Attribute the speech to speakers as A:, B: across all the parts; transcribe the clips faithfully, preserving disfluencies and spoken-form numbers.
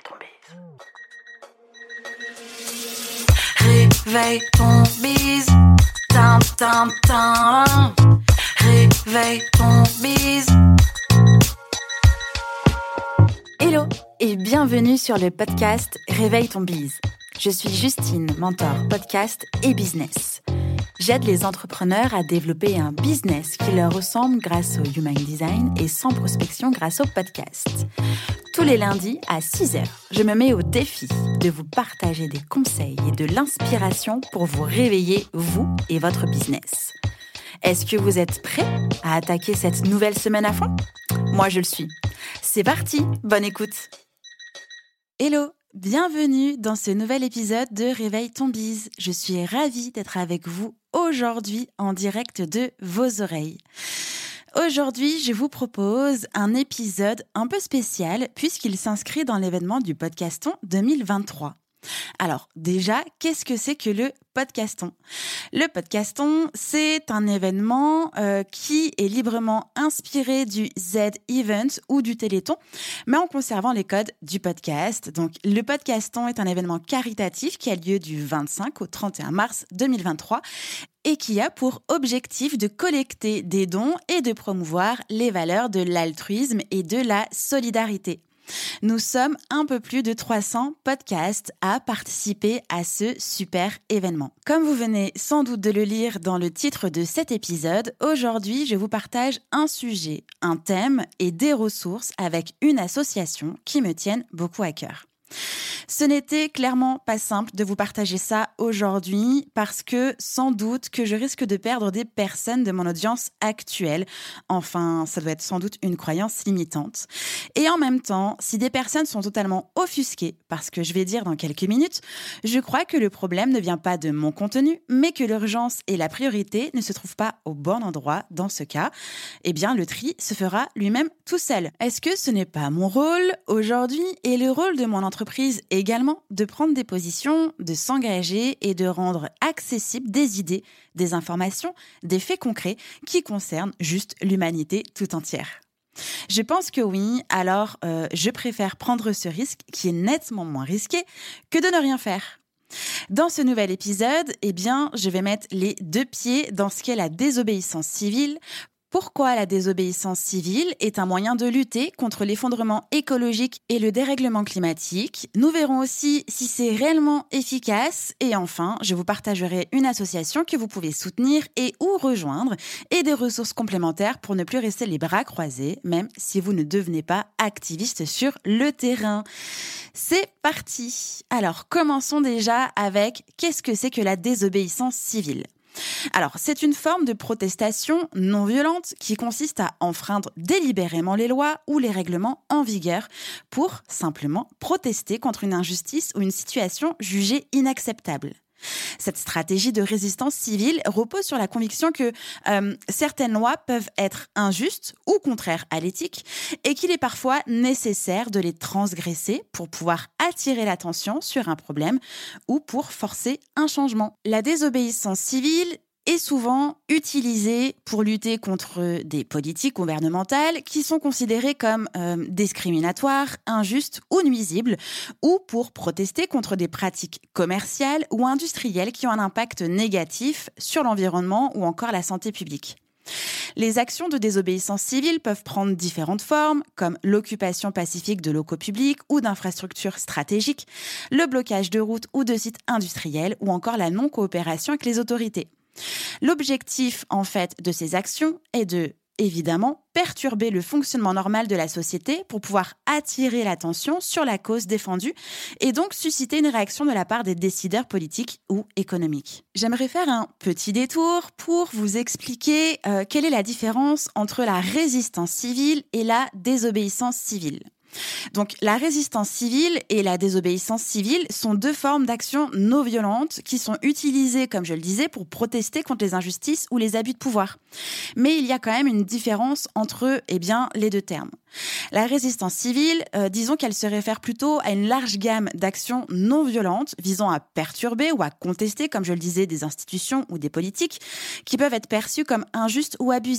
A: Réveille ton bise. Tin, tin, tin. Réveille ton bise.
B: Hello et bienvenue sur le podcast Réveille ton bise. Je suis Justine, mentor podcast et business. J'aide les entrepreneurs à développer un business qui leur ressemble grâce au Human Design et sans prospection grâce au podcast. Tous les lundis à six heures, je me mets au défi de vous partager des conseils et de l'inspiration pour vous réveiller, vous et votre business. Est-ce que vous êtes prêts à attaquer cette nouvelle semaine à fond ? Moi, je le suis. C'est parti, bonne écoute. Hello, bienvenue dans ce nouvel épisode de Réveille ton bise. Je suis ravie d'être avec vous aujourd'hui en direct de vos oreilles. Aujourd'hui, je vous propose un épisode un peu spécial puisqu'il s'inscrit dans l'événement du Podcaston deux mille vingt-trois. Alors déjà, qu'est-ce que c'est que le Podcaston ? Le Podcaston, c'est un événement euh, qui est librement inspiré du Z-Event ou du Téléthon, mais en conservant les codes du podcast. Donc, le Podcaston est un événement caritatif qui a lieu du vingt-cinq au trente et un mars deux mille vingt-trois et qui a pour objectif de collecter des dons et de promouvoir les valeurs de l'altruisme et de la solidarité. Nous sommes un peu plus de trois cents podcasts à participer à ce super événement. Comme vous venez sans doute de le lire dans le titre de cet épisode, aujourd'hui je vous partage un sujet, un thème et des ressources avec une association qui me tiennent beaucoup à cœur. Ce n'était clairement pas simple de vous partager ça aujourd'hui parce que sans doute que je risque de perdre des personnes de mon audience actuelle. Enfin, ça doit être sans doute une croyance limitante. Et en même temps, si des personnes sont totalement offusquées par ce que je vais dire dans quelques minutes, je crois que le problème ne vient pas de mon contenu, mais que l'urgence et la priorité ne se trouvent pas au bon endroit dans ce cas. Eh bien, le tri se fera lui-même tout seul. Est-ce que ce n'est pas mon rôle aujourd'hui et le rôle de mon entreprise Prise également de prendre des positions, de s'engager et de rendre accessibles des idées, des informations, des faits concrets qui concernent juste l'humanité tout entière. Je pense que oui, alors euh, je préfère prendre ce risque qui est nettement moins risqué que de ne rien faire. Dans ce nouvel épisode, eh bien, je vais mettre les deux pieds dans ce qu'est la désobéissance civile. Pourquoi la désobéissance civile est un moyen de lutter contre l'effondrement écologique et le dérèglement climatique. Nous verrons aussi si c'est réellement efficace. Et enfin, je vous partagerai une association que vous pouvez soutenir et ou rejoindre et des ressources complémentaires pour ne plus rester les bras croisés, même si vous ne devenez pas activiste sur le terrain. C'est parti. Alors, commençons déjà avec qu'est-ce que c'est que la désobéissance civile ? Alors, c'est une forme de protestation non violente qui consiste à enfreindre délibérément les lois ou les règlements en vigueur pour simplement protester contre une injustice ou une situation jugée inacceptable. Cette stratégie de résistance civile repose sur la conviction que euh, certaines lois peuvent être injustes ou contraires à l'éthique et qu'il est parfois nécessaire de les transgresser pour pouvoir attirer l'attention sur un problème ou pour forcer un changement. La désobéissance civile est souvent utilisée pour lutter contre des politiques gouvernementales qui sont considérées comme euh, discriminatoires, injustes ou nuisibles, ou pour protester contre des pratiques commerciales ou industrielles qui ont un impact négatif sur l'environnement ou encore la santé publique. Les actions de désobéissance civile peuvent prendre différentes formes, comme l'occupation pacifique de locaux publics ou d'infrastructures stratégiques, le blocage de routes ou de sites industriels, ou encore la non-coopération avec les autorités. L'objectif, en fait, de ces actions est de, évidemment, perturber le fonctionnement normal de la société pour pouvoir attirer l'attention sur la cause défendue et donc susciter une réaction de la part des décideurs politiques ou économiques. J'aimerais faire un petit détour pour vous expliquer euh, quelle est la différence entre la résistance civile et la désobéissance civile. Donc, la résistance civile et la désobéissance civile sont deux formes d'action non violentes qui sont utilisées, comme je le disais, pour protester contre les injustices ou les abus de pouvoir. Mais il y a quand même une différence entre eh bien, les deux termes. La résistance civile, euh, disons qu'elle se réfère plutôt à une large gamme d'actions non violentes visant à perturber ou à contester, comme je le disais, des institutions ou des politiques qui peuvent être perçues comme injustes ou abusives.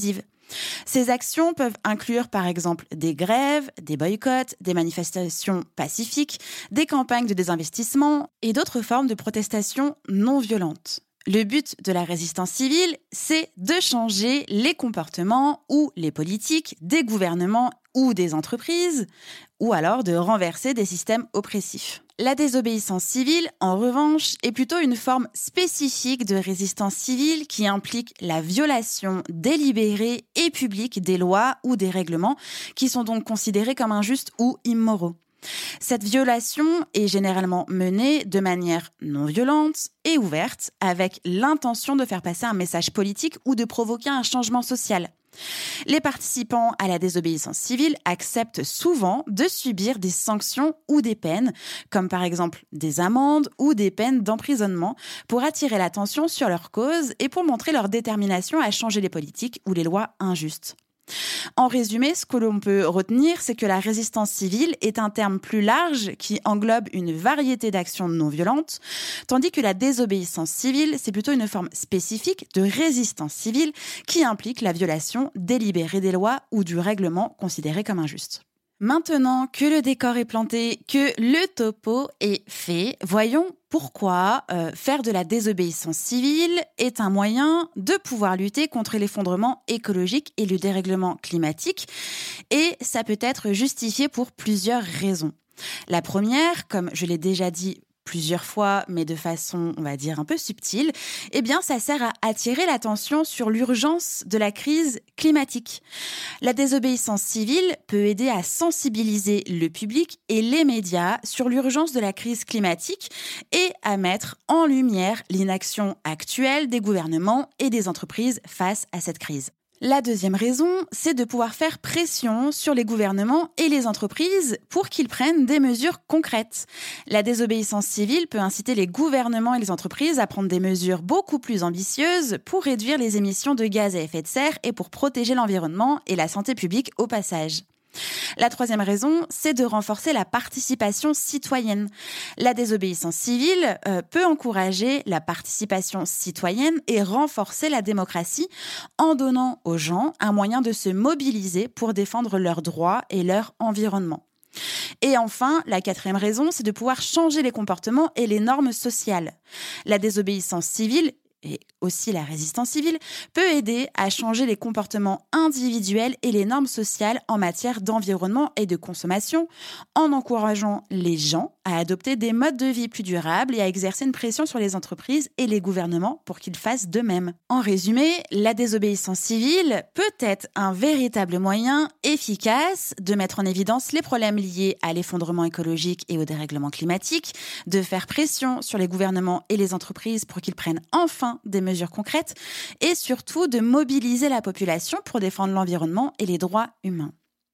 B: Ces actions peuvent inclure par exemple des grèves, des boycotts, des manifestations pacifiques, des campagnes de désinvestissement et d'autres formes de protestation non violentes. Le but de la résistance civile, c'est de changer les comportements ou les politiques des gouvernements ou des entreprises, ou alors de renverser des systèmes oppressifs. La désobéissance civile, en revanche, est plutôt une forme spécifique de résistance civile qui implique la violation délibérée et publique des lois ou des règlements qui sont donc considérés comme injustes ou immoraux. Cette violation est généralement menée de manière non violente et ouverte, avec l'intention de faire passer un message politique ou de provoquer un changement social. Les participants à la désobéissance civile acceptent souvent de subir des sanctions ou des peines, comme par exemple des amendes ou des peines d'emprisonnement, pour attirer l'attention sur leur cause et pour montrer leur détermination à changer les politiques ou les lois injustes. En résumé, ce que l'on peut retenir, c'est que la résistance civile est un terme plus large qui englobe une variété d'actions non violentes, tandis que la désobéissance civile, c'est plutôt une forme spécifique de résistance civile qui implique la violation délibérée des lois ou du règlement considéré comme injuste. Maintenant que le décor est planté, que le topo est fait, voyons pourquoi euh, faire de la désobéissance civile est un moyen de pouvoir lutter contre l'effondrement écologique et le dérèglement climatique. Et ça peut être justifié pour plusieurs raisons. La première, comme je l'ai déjà dit plusieurs fois, mais de façon, on va dire, un peu subtile, eh bien, ça sert à attirer l'attention sur l'urgence de la crise climatique. La désobéissance civile peut aider à sensibiliser le public et les médias sur l'urgence de la crise climatique et à mettre en lumière l'inaction actuelle des gouvernements et des entreprises face à cette crise. La deuxième raison, c'est de pouvoir faire pression sur les gouvernements et les entreprises pour qu'ils prennent des mesures concrètes. La désobéissance civile peut inciter les gouvernements et les entreprises à prendre des mesures beaucoup plus ambitieuses pour réduire les émissions de gaz à effet de serre et pour protéger l'environnement et la santé publique au passage. La troisième raison, c'est de renforcer la participation citoyenne. La désobéissance civile euh, peut encourager la participation citoyenne et renforcer la démocratie en donnant aux gens un moyen de se mobiliser pour défendre leurs droits et leur environnement. Et enfin, la quatrième raison, c'est de pouvoir changer les comportements et les normes sociales. La désobéissance civile et aussi la résistance civile, peut aider à changer les comportements individuels et les normes sociales en matière d'environnement et de consommation, en encourageant les gens à adopter des modes de vie plus durables et à exercer une pression sur les entreprises et les gouvernements pour qu'ils fassent de même. En résumé, la désobéissance civile peut être un véritable moyen efficace de mettre en évidence les problèmes liés à l'effondrement écologique et au dérèglement climatique, de faire pression sur les gouvernements et les entreprises pour qu'ils prennent enfin des mesures concrètes et surtout de mobiliser la population pour défendre l'environnement et les droits humains.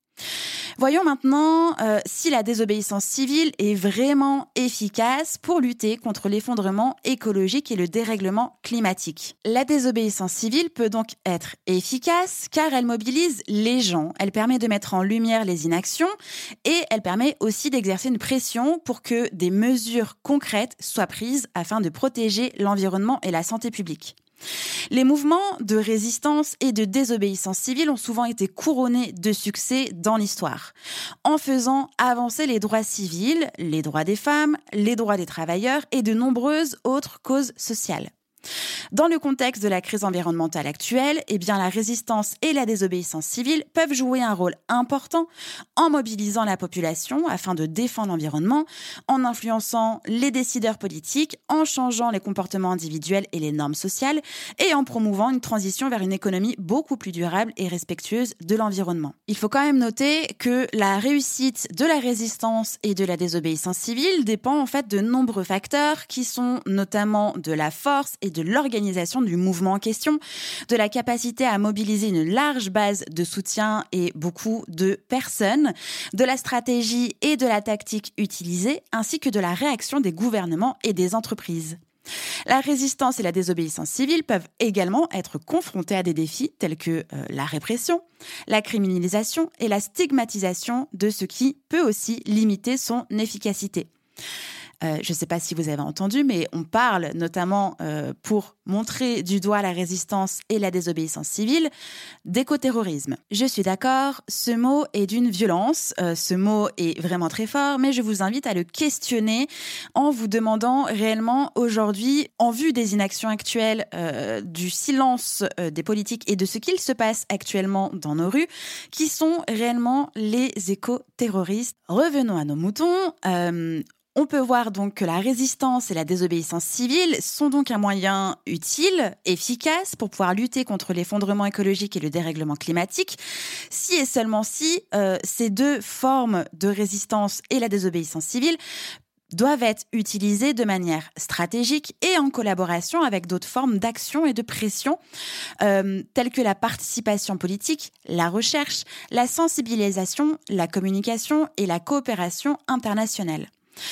B: Voyons maintenant euh, si la désobéissance civile est vraiment efficace pour lutter contre l'effondrement écologique et le dérèglement climatique. La désobéissance civile peut donc être efficace car elle mobilise les gens. Elle permet de mettre en lumière les inactions et elle permet aussi d'exercer une pression pour que des mesures concrètes soient prises afin de protéger l'environnement et la santé publique. Les mouvements de résistance et de désobéissance civile ont souvent été couronnés de succès dans l'histoire, en faisant avancer les droits civils, les droits des femmes, les droits des travailleurs et de nombreuses autres causes sociales. Dans le contexte de la crise environnementale actuelle, eh bien, la résistance et la désobéissance civile peuvent jouer un rôle important en mobilisant la population afin de défendre l'environnement, en influençant les décideurs politiques, en changeant les comportements individuels et les normes sociales et en promouvant une transition vers une économie beaucoup plus durable et respectueuse de l'environnement. Il faut quand même noter que la réussite de la résistance et de la désobéissance civile dépend en fait de nombreux facteurs qui sont notamment de la force et de l'organisation du mouvement en question, de la capacité à mobiliser une large base de soutien et beaucoup de personnes, de la stratégie et de la tactique utilisée, ainsi que de la réaction des gouvernements et des entreprises. La résistance et la désobéissance civile peuvent également être confrontées à des défis tels que euh, la répression, la criminalisation et la stigmatisation de ce qui peut aussi limiter son efficacité. Euh, je ne sais pas si vous avez entendu, mais on parle notamment euh, pour montrer du doigt la résistance et la désobéissance civile d'écoterrorisme. Je suis d'accord, ce mot est d'une violence, euh, ce mot est vraiment très fort, mais je vous invite à le questionner en vous demandant réellement aujourd'hui, en vue des inactions actuelles, euh, du silence euh, des politiques et de ce qu'il se passe actuellement dans nos rues, qui sont réellement les éco-terroristes. Revenons à nos moutons. Euh, On peut voir donc que la résistance et la désobéissance civile sont donc un moyen utile, efficace pour pouvoir lutter contre l'effondrement écologique et le dérèglement climatique, si et seulement si euh, ces deux formes de résistance et la désobéissance civile doivent être utilisées de manière stratégique et en collaboration avec d'autres formes d'action et de pression, euh, telles que la participation politique, la recherche, la sensibilisation, la communication et la coopération internationale.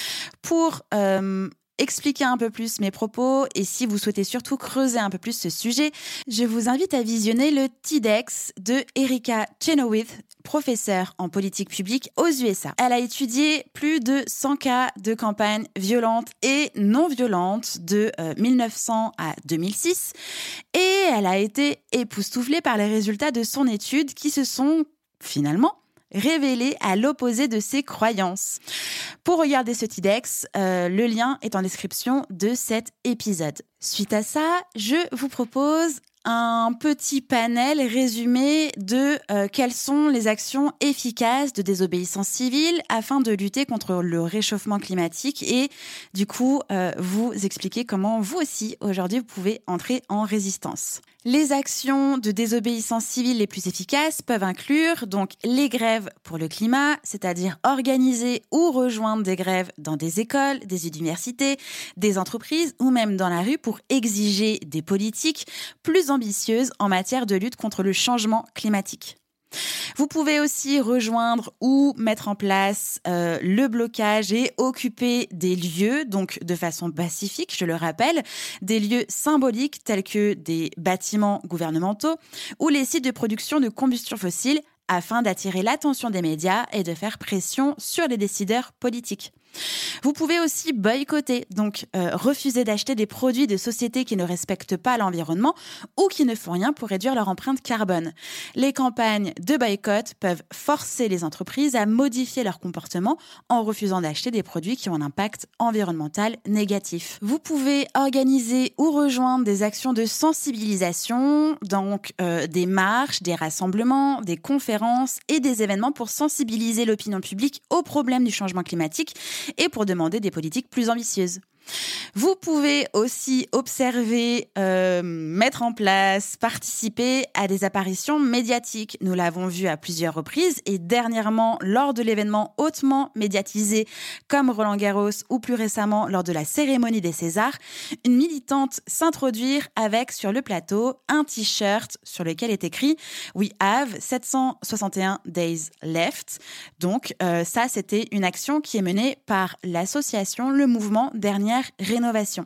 B: Pour euh, expliquer un peu plus mes propos et si vous souhaitez surtout creuser un peu plus ce sujet, je vous invite à visionner le TEDx de Erica Chenoweth, professeure en politique publique aux U S A. Elle a étudié plus de cent cas de campagnes violentes et non violentes de euh, mille neuf cents à deux mille six et elle a été époustouflée par les résultats de son étude qui se sont finalement révélé à l'opposé de ses croyances. Pour regarder ce TEDx, euh, le lien est en description de cet épisode. Suite à ça, je vous propose un petit panel résumé de euh, quelles sont les actions efficaces de désobéissance civile afin de lutter contre le réchauffement climatique et du coup euh, vous expliquer comment vous aussi aujourd'hui vous pouvez entrer en résistance. Les actions de désobéissance civile les plus efficaces peuvent inclure donc les grèves pour le climat, c'est-à-dire organiser ou rejoindre des grèves dans des écoles, des universités, des entreprises ou même dans la rue pour exiger des politiques plus ambitieuses en matière de lutte contre le changement climatique. Vous pouvez aussi rejoindre ou mettre en place euh, le blocage et occuper des lieux, donc de façon pacifique, je le rappelle, des lieux symboliques tels que des bâtiments gouvernementaux ou les sites de production de combustion fossile afin d'attirer l'attention des médias et de faire pression sur les décideurs politiques. Vous pouvez aussi boycotter, donc euh, refuser d'acheter des produits de sociétés qui ne respectent pas l'environnement ou qui ne font rien pour réduire leur empreinte carbone. Les campagnes de boycott peuvent forcer les entreprises à modifier leur comportement en refusant d'acheter des produits qui ont un impact environnemental négatif. Vous pouvez organiser ou rejoindre des actions de sensibilisation, donc euh, des marches, des rassemblements, des conférences et des événements pour sensibiliser l'opinion publique aux problèmes du changement climatique et pour demander des politiques plus ambitieuses. Vous pouvez aussi observer, euh, mettre en place, participer à des apparitions médiatiques. Nous l'avons vu à plusieurs reprises et dernièrement lors de l'événement hautement médiatisé comme Roland Garros ou plus récemment lors de la cérémonie des Césars, une militante s'introduire avec sur le plateau un t-shirt sur lequel est écrit « We have sept cent soixante et un days left ». Donc euh, ça, c'était une action qui est menée par l'association Le Mouvement Dernière Rénovation.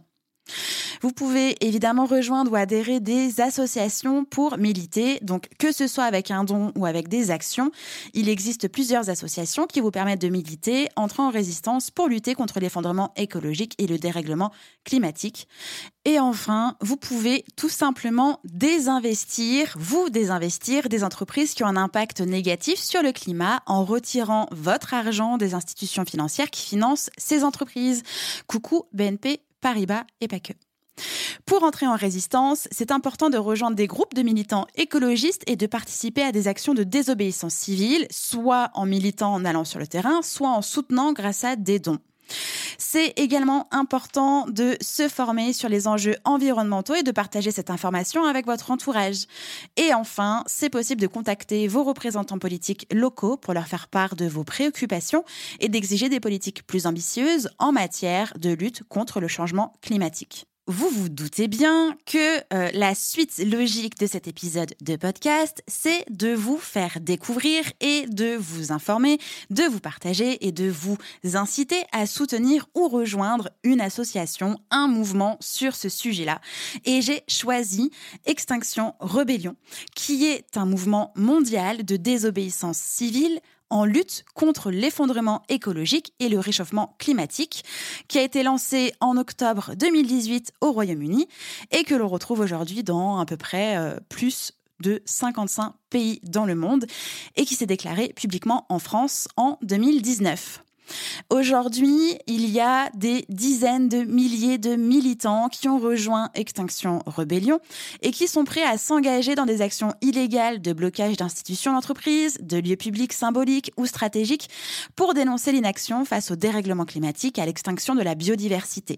B: Vous pouvez évidemment rejoindre ou adhérer des associations pour militer, donc que ce soit avec un don ou avec des actions. Il existe plusieurs associations qui vous permettent de militer, entrer en résistance pour lutter contre l'effondrement écologique et le dérèglement climatique. Et enfin, vous pouvez tout simplement désinvestir, vous désinvestir des entreprises qui ont un impact négatif sur le climat en retirant votre argent des institutions financières qui financent ces entreprises. Coucou B N P Paribas et pas que. Pour entrer en résistance, c'est important de rejoindre des groupes de militants écologistes et de participer à des actions de désobéissance civile, soit en militant en allant sur le terrain, soit en soutenant grâce à des dons. C'est également important de se former sur les enjeux environnementaux et de partager cette information avec votre entourage. Et enfin, c'est possible de contacter vos représentants politiques locaux pour leur faire part de vos préoccupations et d'exiger des politiques plus ambitieuses en matière de lutte contre le changement climatique. Vous vous doutez bien que euh, la suite logique de cet épisode de podcast, c'est de vous faire découvrir et de vous informer, de vous partager et de vous inciter à soutenir ou rejoindre une association, un mouvement sur ce sujet-là. Et j'ai choisi Extinction Rebellion, qui est un mouvement mondial de désobéissance civile en lutte contre l'effondrement écologique et le réchauffement climatique, qui a été lancé en octobre deux mille dix-huit au Royaume-Uni et que l'on retrouve aujourd'hui dans à peu près euh, plus de cinquante-cinq pays dans le monde et qui s'est déclaré publiquement en France en deux mille dix-neuf. Aujourd'hui, il y a des dizaines de milliers de militants qui ont rejoint Extinction Rebellion et qui sont prêts à s'engager dans des actions illégales de blocage d'institutions d'entreprise, de lieux publics symboliques ou stratégiques pour dénoncer l'inaction face au dérèglement climatique et à l'extinction de la biodiversité.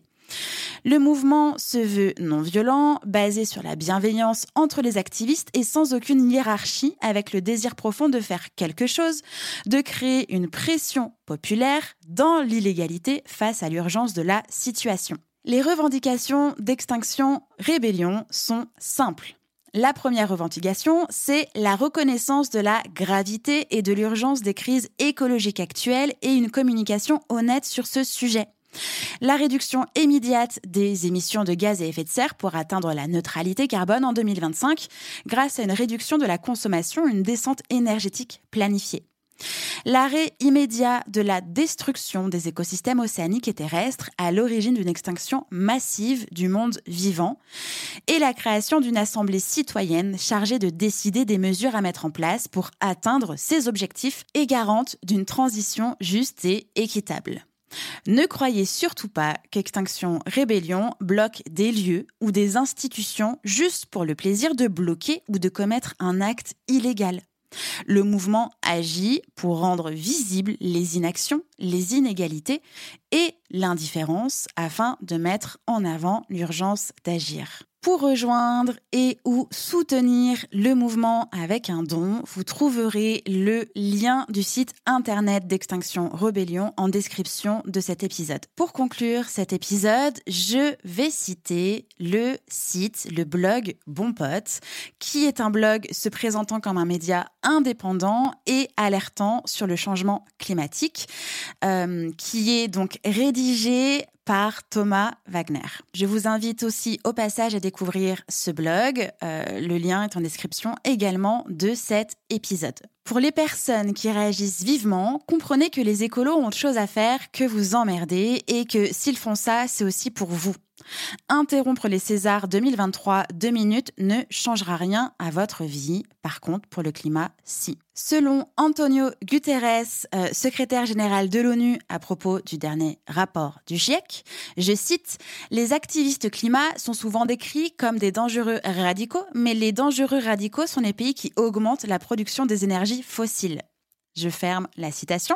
B: Le mouvement se veut non violent, basé sur la bienveillance entre les activistes et sans aucune hiérarchie, avec le désir profond de faire quelque chose, de créer une pression populaire dans l'illégalité face à l'urgence de la situation. Les revendications d'Extinction Rebellion sont simples. La première revendication, c'est la reconnaissance de la gravité et de l'urgence des crises écologiques actuelles et une communication honnête sur ce sujet. La réduction immédiate des émissions de gaz à effet de serre pour atteindre la neutralité carbone en deux mille vingt-cinq grâce à une réduction de la consommation et une descente énergétique planifiée. L'arrêt immédiat de la destruction des écosystèmes océaniques et terrestres à l'origine d'une extinction massive du monde vivant et la création d'une assemblée citoyenne chargée de décider des mesures à mettre en place pour atteindre ces objectifs et garante d'une transition juste et équitable. Ne croyez surtout pas qu'Extinction Rebellion bloque des lieux ou des institutions juste pour le plaisir de bloquer ou de commettre un acte illégal. Le mouvement agit pour rendre visibles les inactions, les inégalités et l'indifférence afin de mettre en avant l'urgence d'agir. Pour rejoindre et ou soutenir le mouvement avec un don, vous trouverez le lien du site internet d'Extinction Rebellion en description de cet épisode. Pour conclure cet épisode, je vais citer le site, le blog Bon Pote, qui est un blog se présentant comme un média indépendant et alertant sur le changement climatique, euh, qui est donc rédigé par Thomas Wagner. Je vous invite aussi au passage à découvrir ce blog. Euh, le lien est en description également de cet épisode. Pour les personnes qui réagissent vivement, comprenez que les écolos ont autre chose à faire que vous emmerder et que s'ils font ça, c'est aussi pour vous. Interrompre les Césars deux mille vingt-trois deux minutes ne changera rien à votre vie. Par contre, pour le climat, si. Selon Antonio Guterres, euh, secrétaire général de l'ONU à propos du dernier rapport du GIEC, je cite « Les activistes climat sont souvent décrits comme des dangereux radicaux, mais les dangereux radicaux sont les pays qui augmentent la production des énergies fossiles. » Je ferme la citation.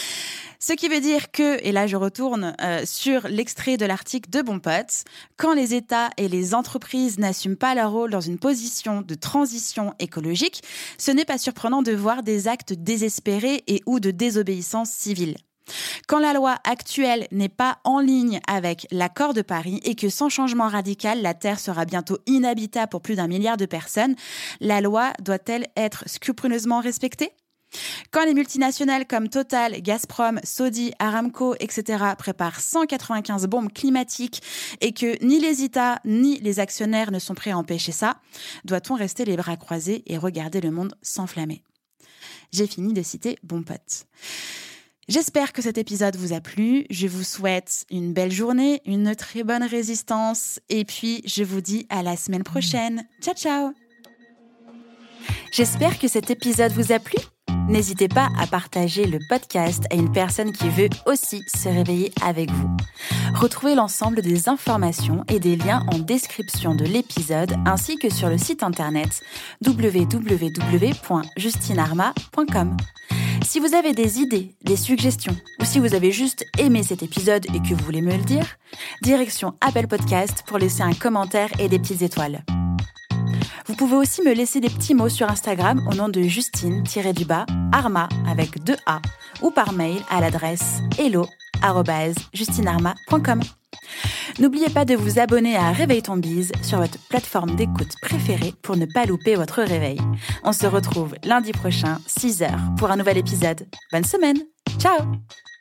B: Ce qui veut dire que, et là je retourne euh, sur l'extrait de l'article de Bon Pote, quand les États et les entreprises n'assument pas leur rôle dans une position de transition écologique, ce n'est pas surprenant de voir des actes désespérés et ou de désobéissance civile. Quand la loi actuelle n'est pas en ligne avec l'accord de Paris et que sans changement radical, la Terre sera bientôt inhabitable pour plus d'un milliard de personnes, la loi doit-elle être scrupuleusement respectée ? Quand les multinationales comme Total, Gazprom, Saudi, Aramco, et cetera préparent cent quatre-vingt-quinze bombes climatiques et que ni les États ni les actionnaires ne sont prêts à empêcher ça, doit-on rester les bras croisés et regarder le monde s'enflammer ? J'ai fini de citer Bon Pote. J'espère que cet épisode vous a plu. Je vous souhaite une belle journée, une très bonne résistance et puis je vous dis à la semaine prochaine. Ciao, ciao ! J'espère que cet épisode vous a plu. N'hésitez pas à partager le podcast à une personne qui veut aussi se réveiller avec vous. Retrouvez l'ensemble des informations et des liens en description de l'épisode ainsi que sur le site internet w w w point justine arma point com. Si vous avez des idées, des suggestions ou si vous avez juste aimé cet épisode et que vous voulez me le dire, direction Apple Podcast pour laisser un commentaire et des petites étoiles. Vous pouvez aussi me laisser des petits mots sur Instagram au nom de Justine-Arma avec deux A ou par mail à l'adresse hello arobase justine arma point com. N'oubliez pas de vous abonner à Réveille ton bise sur votre plateforme d'écoute préférée pour ne pas louper votre réveil. On se retrouve lundi prochain, six heures, pour un nouvel épisode. Bonne semaine. Ciao!